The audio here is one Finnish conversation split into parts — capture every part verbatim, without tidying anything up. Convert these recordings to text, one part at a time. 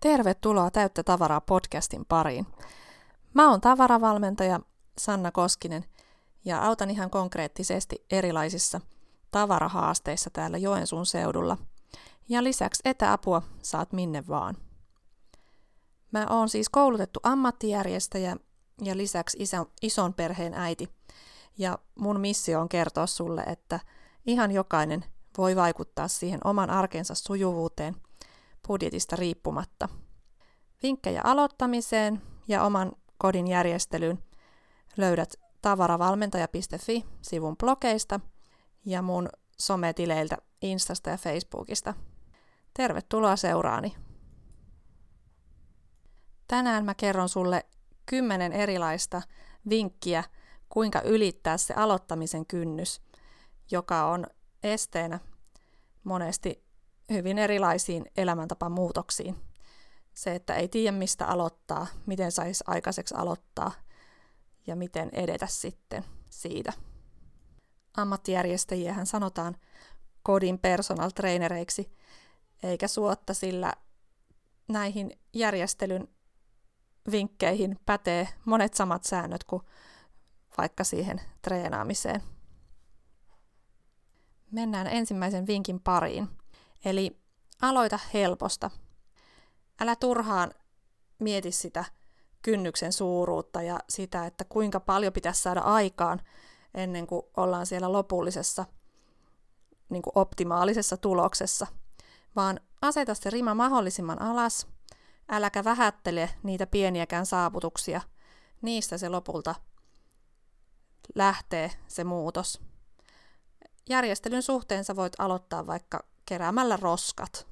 Tervetuloa Täyttä tavaraa podcastin pariin. Mä oon tavaravalmentaja Sanna Koskinen ja autan ihan konkreettisesti erilaisissa tavarahaasteissa täällä Joensuun seudulla. Ja lisäksi etäapua saat minne vaan. Mä oon siis koulutettu ammattijärjestäjä ja lisäksi isä, ison perheen äiti. Ja mun missio on kertoa sulle, että ihan jokainen voi vaikuttaa siihen oman arkensa sujuvuuteen budjetista riippumatta. Vinkkejä aloittamiseen ja oman kodin järjestelyyn löydät tavaravalmentaja piste fi-sivun blogeista ja mun sometileiltä Instasta ja Facebookista. Tervetuloa seuraani! Tänään mä kerron sulle kymmenen erilaista vinkkiä, kuinka ylittää se aloittamisen kynnys, joka on esteenä monesti hyvin erilaisiin elämäntapamuutoksiin. Se, että ei tiedä mistä aloittaa, miten saisi aikaiseksi aloittaa ja miten edetä sitten siitä. Ammattijärjestäjiähän sanotaan kodin personal trainereiksi, eikä suotta, sillä näihin järjestelyn vinkkeihin pätee monet samat säännöt kuin vaikka siihen treenaamiseen. Mennään ensimmäisen vinkin pariin. Eli aloita helposta. Älä turhaan mieti sitä kynnyksen suuruutta ja sitä, että kuinka paljon pitäisi saada aikaan ennen kuin ollaan siellä lopullisessa niin kuin optimaalisessa tuloksessa. Vaan aseta se rima mahdollisimman alas, äläkä vähättele niitä pieniäkään saavutuksia. Niistä se lopulta lähtee se muutos. Järjestelyn suhteen sä voit aloittaa vaikka keräämällä roskat.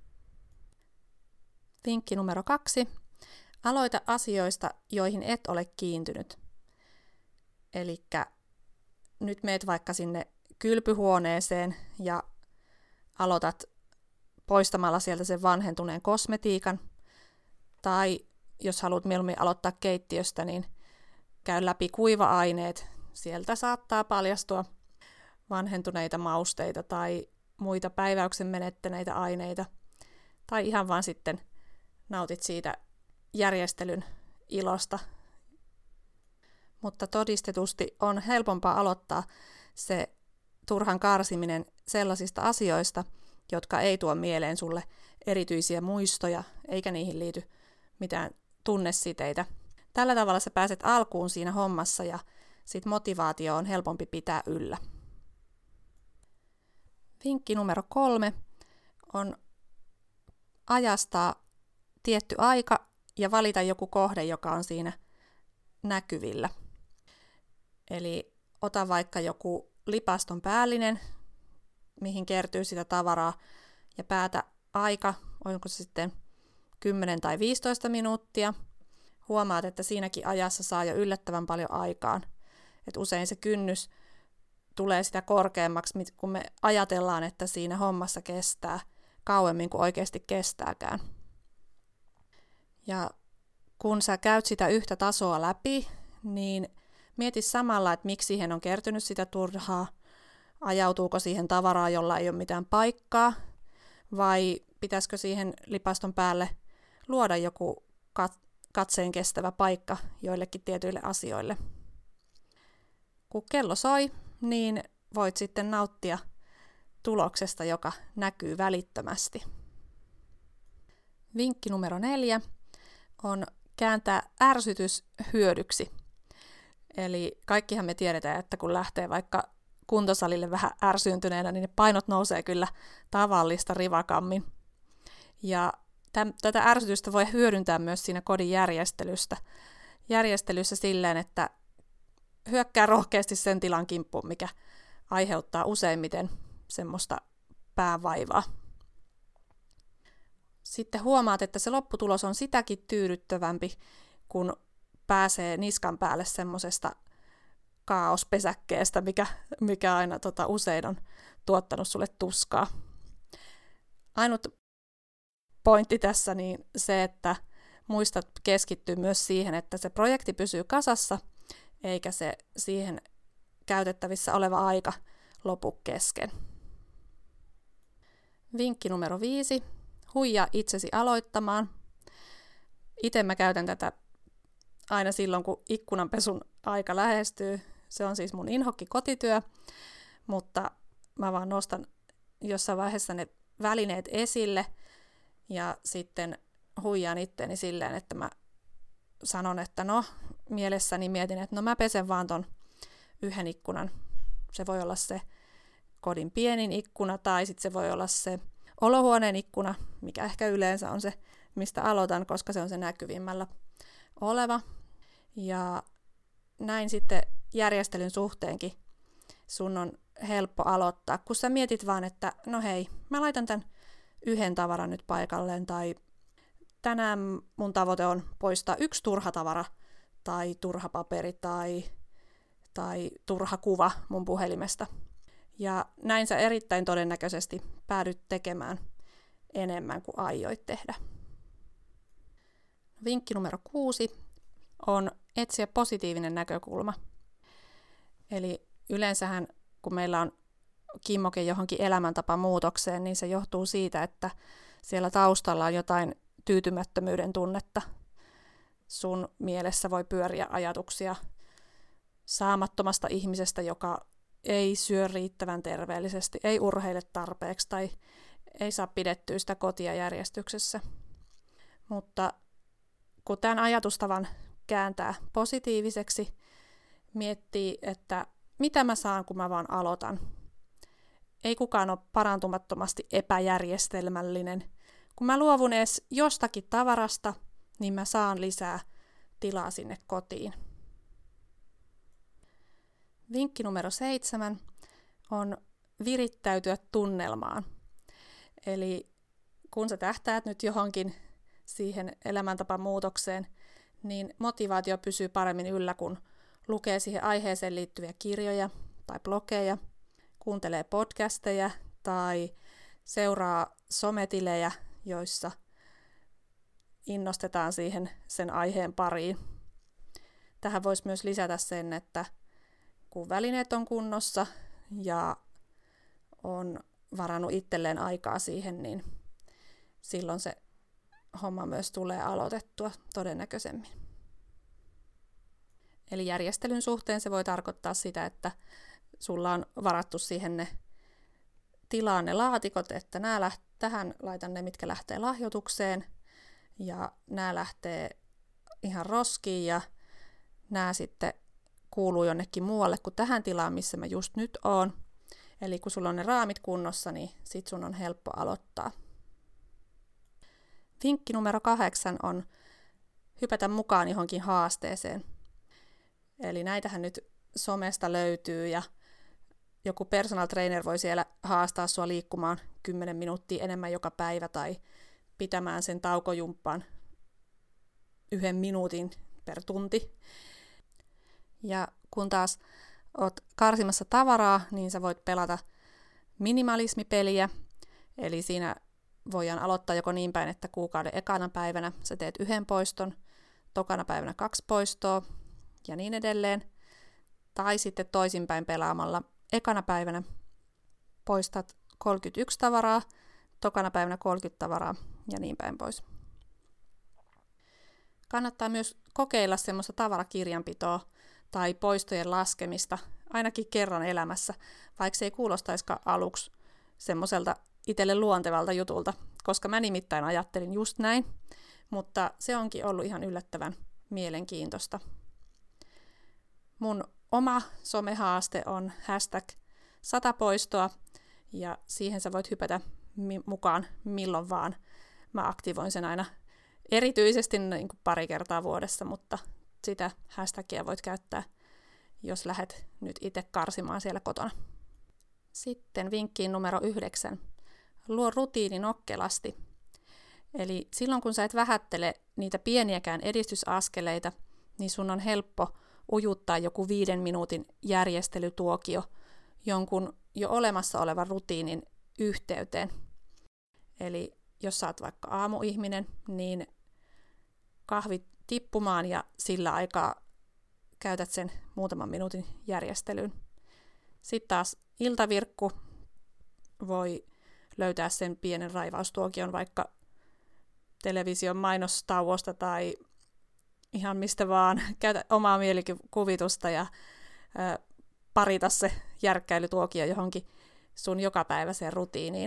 Vinkki numero kaksi. Aloita asioista, joihin et ole kiintynyt. Elikkä nyt meet vaikka sinne kylpyhuoneeseen ja aloitat poistamalla sieltä sen vanhentuneen kosmetiikan. Tai jos haluat mieluummin aloittaa keittiöstä, niin käy läpi kuiva-aineet. Sieltä saattaa paljastua vanhentuneita mausteita tai muita päiväyksen menettäneitä aineita. Tai ihan vaan sitten nautit siitä järjestelyn ilosta. Mutta todistetusti on helpompaa aloittaa se turhan karsiminen sellaisista asioista, jotka ei tuo mieleen sulle erityisiä muistoja, eikä niihin liity mitään tunnesiteitä. Tällä tavalla sä pääset alkuun siinä hommassa ja sit motivaatio on helpompi pitää yllä. Vinkki numero kolme on ajastaa tietty aika ja valita joku kohde, joka on siinä näkyvillä. Eli ota vaikka joku lipaston päällinen, mihin kertyy sitä tavaraa, ja päätä aika, onko se sitten kymmenen tai viisitoista minuuttia. Huomaat, että siinäkin ajassa saa jo yllättävän paljon aikaan. Et usein se kynnys tulee sitä korkeammaksi, kun me ajatellaan, että siinä hommassa kestää kauemmin kuin oikeasti kestääkään. Ja kun sä käyt sitä yhtä tasoa läpi, niin mieti samalla, että miksi siihen on kertynyt sitä turhaa, ajautuuko siihen tavaraa, jolla ei ole mitään paikkaa, vai pitäisikö siihen lipaston päälle luoda joku katseen kestävä paikka joillekin tietyille asioille. Kun kello soi, niin voit sitten nauttia tuloksesta, joka näkyy välittömästi. Vinkki numero neljä on kääntää ärsytys hyödyksi. Eli kaikkihan me tiedetään, että kun lähtee vaikka kuntosalille vähän ärsyyntyneenä, niin ne painot nousee kyllä tavallista rivakammin. Ja täm, tätä ärsytystä voi hyödyntää myös siinä kodin järjestelystä. Järjestelyssä silleen, että hyökkää rohkeasti sen tilan kimppuun, mikä aiheuttaa useimmiten semmoista päävaivaa. Sitten huomaat, että se lopputulos on sitäkin tyydyttävämpi, kun pääsee niskan päälle semmoisesta kaaospesäkkeestä, mikä, mikä aina tota, usein on tuottanut sulle tuskaa. Ainut pointti tässä niin se, että muistat keskittyä myös siihen, että se projekti pysyy kasassa, eikä se siihen käytettävissä oleva aika lopu kesken. Vinkki numero viisi. Huijaa itsesi aloittamaan. Itse mä käytän tätä aina silloin, kun ikkunanpesun aika lähestyy. Se on siis mun inhokki kotityö, mutta mä vaan nostan jossain vaiheessa ne välineet esille ja sitten huijaan itteni silleen, että mä sanon, että no, mielessäni mietin, että no mä pesen vaan ton yhden ikkunan. Se voi olla se kodin pienin ikkuna tai sitten se voi olla se olohuoneen ikkuna, mikä ehkä yleensä on se, mistä aloitan, koska se on se näkyvimmällä oleva. Ja näin sitten järjestelyn suhteenkin sun on helppo aloittaa, kun sä mietit vaan, että no hei, mä laitan tämän yhden tavaran nyt paikalleen, tai tänään mun tavoite on poistaa yksi turha tavara, tai turha paperi, tai, tai turha kuva mun puhelimesta. Ja näin sä erittäin todennäköisesti päädyt tekemään enemmän kuin aioit tehdä. Vinkki numero kuusi on etsiä positiivinen näkökulma. Eli yleensähän, kun meillä on kimmoke johonkin elämäntapamuutokseen, niin se johtuu siitä, että siellä taustalla on jotain tyytymättömyyden tunnetta. Sun mielessä voi pyöriä ajatuksia saamattomasta ihmisestä, joka ei syö riittävän terveellisesti, ei urheile tarpeeksi tai ei saa pidettyä sitä kotia järjestyksessä. Mutta kun tämän ajatustavan kääntää positiiviseksi, miettii, että mitä mä saan, kun mä vaan aloitan. Ei kukaan ole parantumattomasti epäjärjestelmällinen. Kun mä luovun edes jostakin tavarasta, niin mä saan lisää tilaa sinne kotiin. Vinkki numero seitsemän on virittäytyä tunnelmaan. Eli kun sä tähtäät nyt johonkin siihen elämäntapamuutokseen, niin motivaatio pysyy paremmin yllä, kun lukee siihen aiheeseen liittyviä kirjoja tai blogeja, kuuntelee podcasteja tai seuraa sometilejä, joissa innostetaan siihen sen aiheen pariin. Tähän voisi myös lisätä sen, että kun välineet on kunnossa ja on varannut itselleen aikaa siihen, niin silloin se homma myös tulee aloitettua todennäköisemmin. Eli järjestelyn suhteen se voi tarkoittaa sitä, että sulla on varattu siihen ne tilaan ne laatikot, että nää läht- tähän laitan ne, mitkä lähtee lahjoitukseen, ja nämä lähtee ihan roskiin, ja nämä sitten kuuluu jonnekin muualle kuin tähän tilaan, missä mä just nyt oon. Eli kun sulla on ne raamit kunnossa, niin sit sun on helppo aloittaa. Vinkki numero kahdeksan on hypätä mukaan johonkin haasteeseen. Eli näitähän nyt somesta löytyy ja joku personal trainer voi siellä haastaa sua liikkumaan kymmenen minuuttia enemmän joka päivä tai pitämään sen taukojumppaan yhden minuutin per tunti. Ja kun taas oot karsimassa tavaraa, niin sä voit pelata minimalismipeliä. Eli siinä voidaan aloittaa joko niin päin, että kuukauden ekana päivänä sä teet yhden poiston, tokana päivänä kaksi poistoa ja niin edelleen. Tai sitten toisinpäin pelaamalla ekana päivänä poistat kolmekymmentäyksi tavaraa, tokana päivänä kolmekymmentä tavaraa ja niin päin pois. Kannattaa myös kokeilla semmoista tavarakirjanpitoa tai poistojen laskemista ainakin kerran elämässä, vaikka se ei kuulostaisikaan aluksi semmoiselta itselle luontevalta jutulta, koska mä nimittäin ajattelin just näin, mutta se onkin ollut ihan yllättävän mielenkiintoista. Mun oma somehaaste on hashtag sata poistoa, ja siihen sä voit hypätä mi- mukaan milloin vaan. Mä aktivoin sen aina erityisesti niin kuin pari kertaa vuodessa, mutta sitä hashtagia voit käyttää, jos lähdet nyt itse karsimaan siellä kotona. Sitten vinkkiin numero yhdeksän. Luo rutiini nokkelasti. Eli silloin kun sä et vähättele niitä pieniäkään edistysaskeleita, niin sun on helppo ujuttaa joku viiden minuutin järjestelytuokio jonkun jo olemassa olevan rutiinin yhteyteen. Eli jos sä oot vaikka aamuihminen, niin kahvit tippumaan ja sillä aikaa käytät sen muutaman minuutin järjestelyyn. Sitten taas iltavirkku voi löytää sen pienen raivaustuokion vaikka television mainostauosta tai ihan mistä vaan. Käytä omaa mielikuvitusta ja ö, parita se järkkäilytuokio johonkin sun jokapäiväiseen rutiiniin.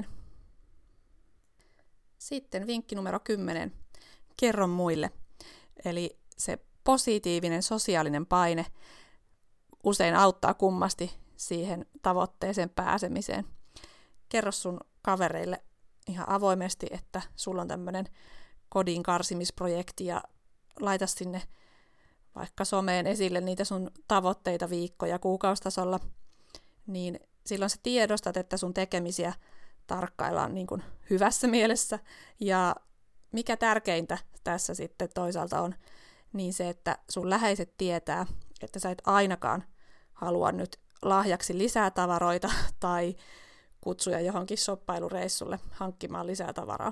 Sitten vinkki numero kymmenen. Kerro muille. Eli se positiivinen sosiaalinen paine usein auttaa kummasti siihen tavoitteeseen pääsemiseen. Kerro sun kavereille ihan avoimesti, että sulla on tämmöinen kodin karsimisprojekti ja laita sinne vaikka someen esille niitä sun tavoitteita viikkoja kuukaustasolla, niin silloin sä tiedostat, että sun tekemisiä tarkkaillaan niin kuin hyvässä mielessä. Ja mikä tärkeintä tässä sitten toisaalta on, niin se, että sun läheiset tietää, että sä et ainakaan halua nyt lahjaksi lisää tavaroita tai kutsuja johonkin shoppailureissulle hankkimaan lisää tavaraa.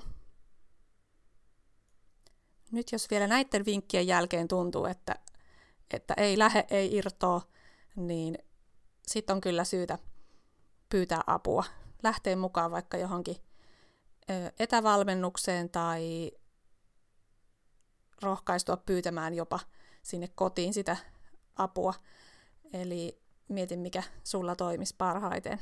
Nyt jos vielä näiden vinkkien jälkeen tuntuu, että, että ei lähe, ei irtoa, niin sitten on kyllä syytä pyytää apua. Lähtee mukaan vaikka johonkin etävalmennukseen tai rohkaistua pyytämään jopa sinne kotiin sitä apua. Eli mieti, mikä sulla toimisi parhaiten.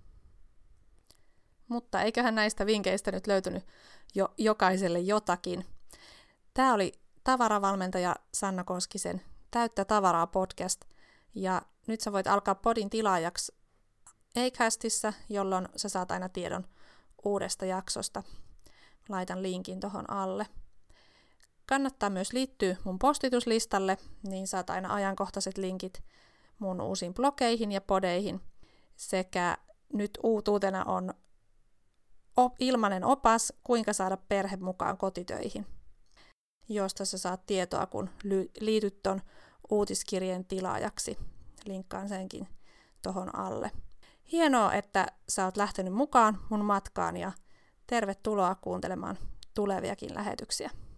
Mutta eiköhän näistä vinkkeistä nyt löytynyt jo jokaiselle jotakin. Tämä oli tavaravalmentaja Sanna Koskisen Täyttä tavaraa podcast. Ja nyt sä voit alkaa podin tilaajaksi Acastissa, jolloin sä saat aina tiedon uudesta jaksosta. Laitan linkin tuohon alle. Kannattaa myös liittyä mun postituslistalle, niin saat aina ajankohtaiset linkit mun uusiin blogeihin ja podeihin. Sekä nyt uutuutena on ilmainen opas, kuinka saada perhe mukaan kotitöihin, josta sä saat tietoa, kun liityt ton uutiskirjeen tilaajaksi. Linkkaan senkin tohon alle. Hienoa, että sä oot lähtenyt mukaan mun matkaan ja tervetuloa kuuntelemaan tuleviakin lähetyksiä.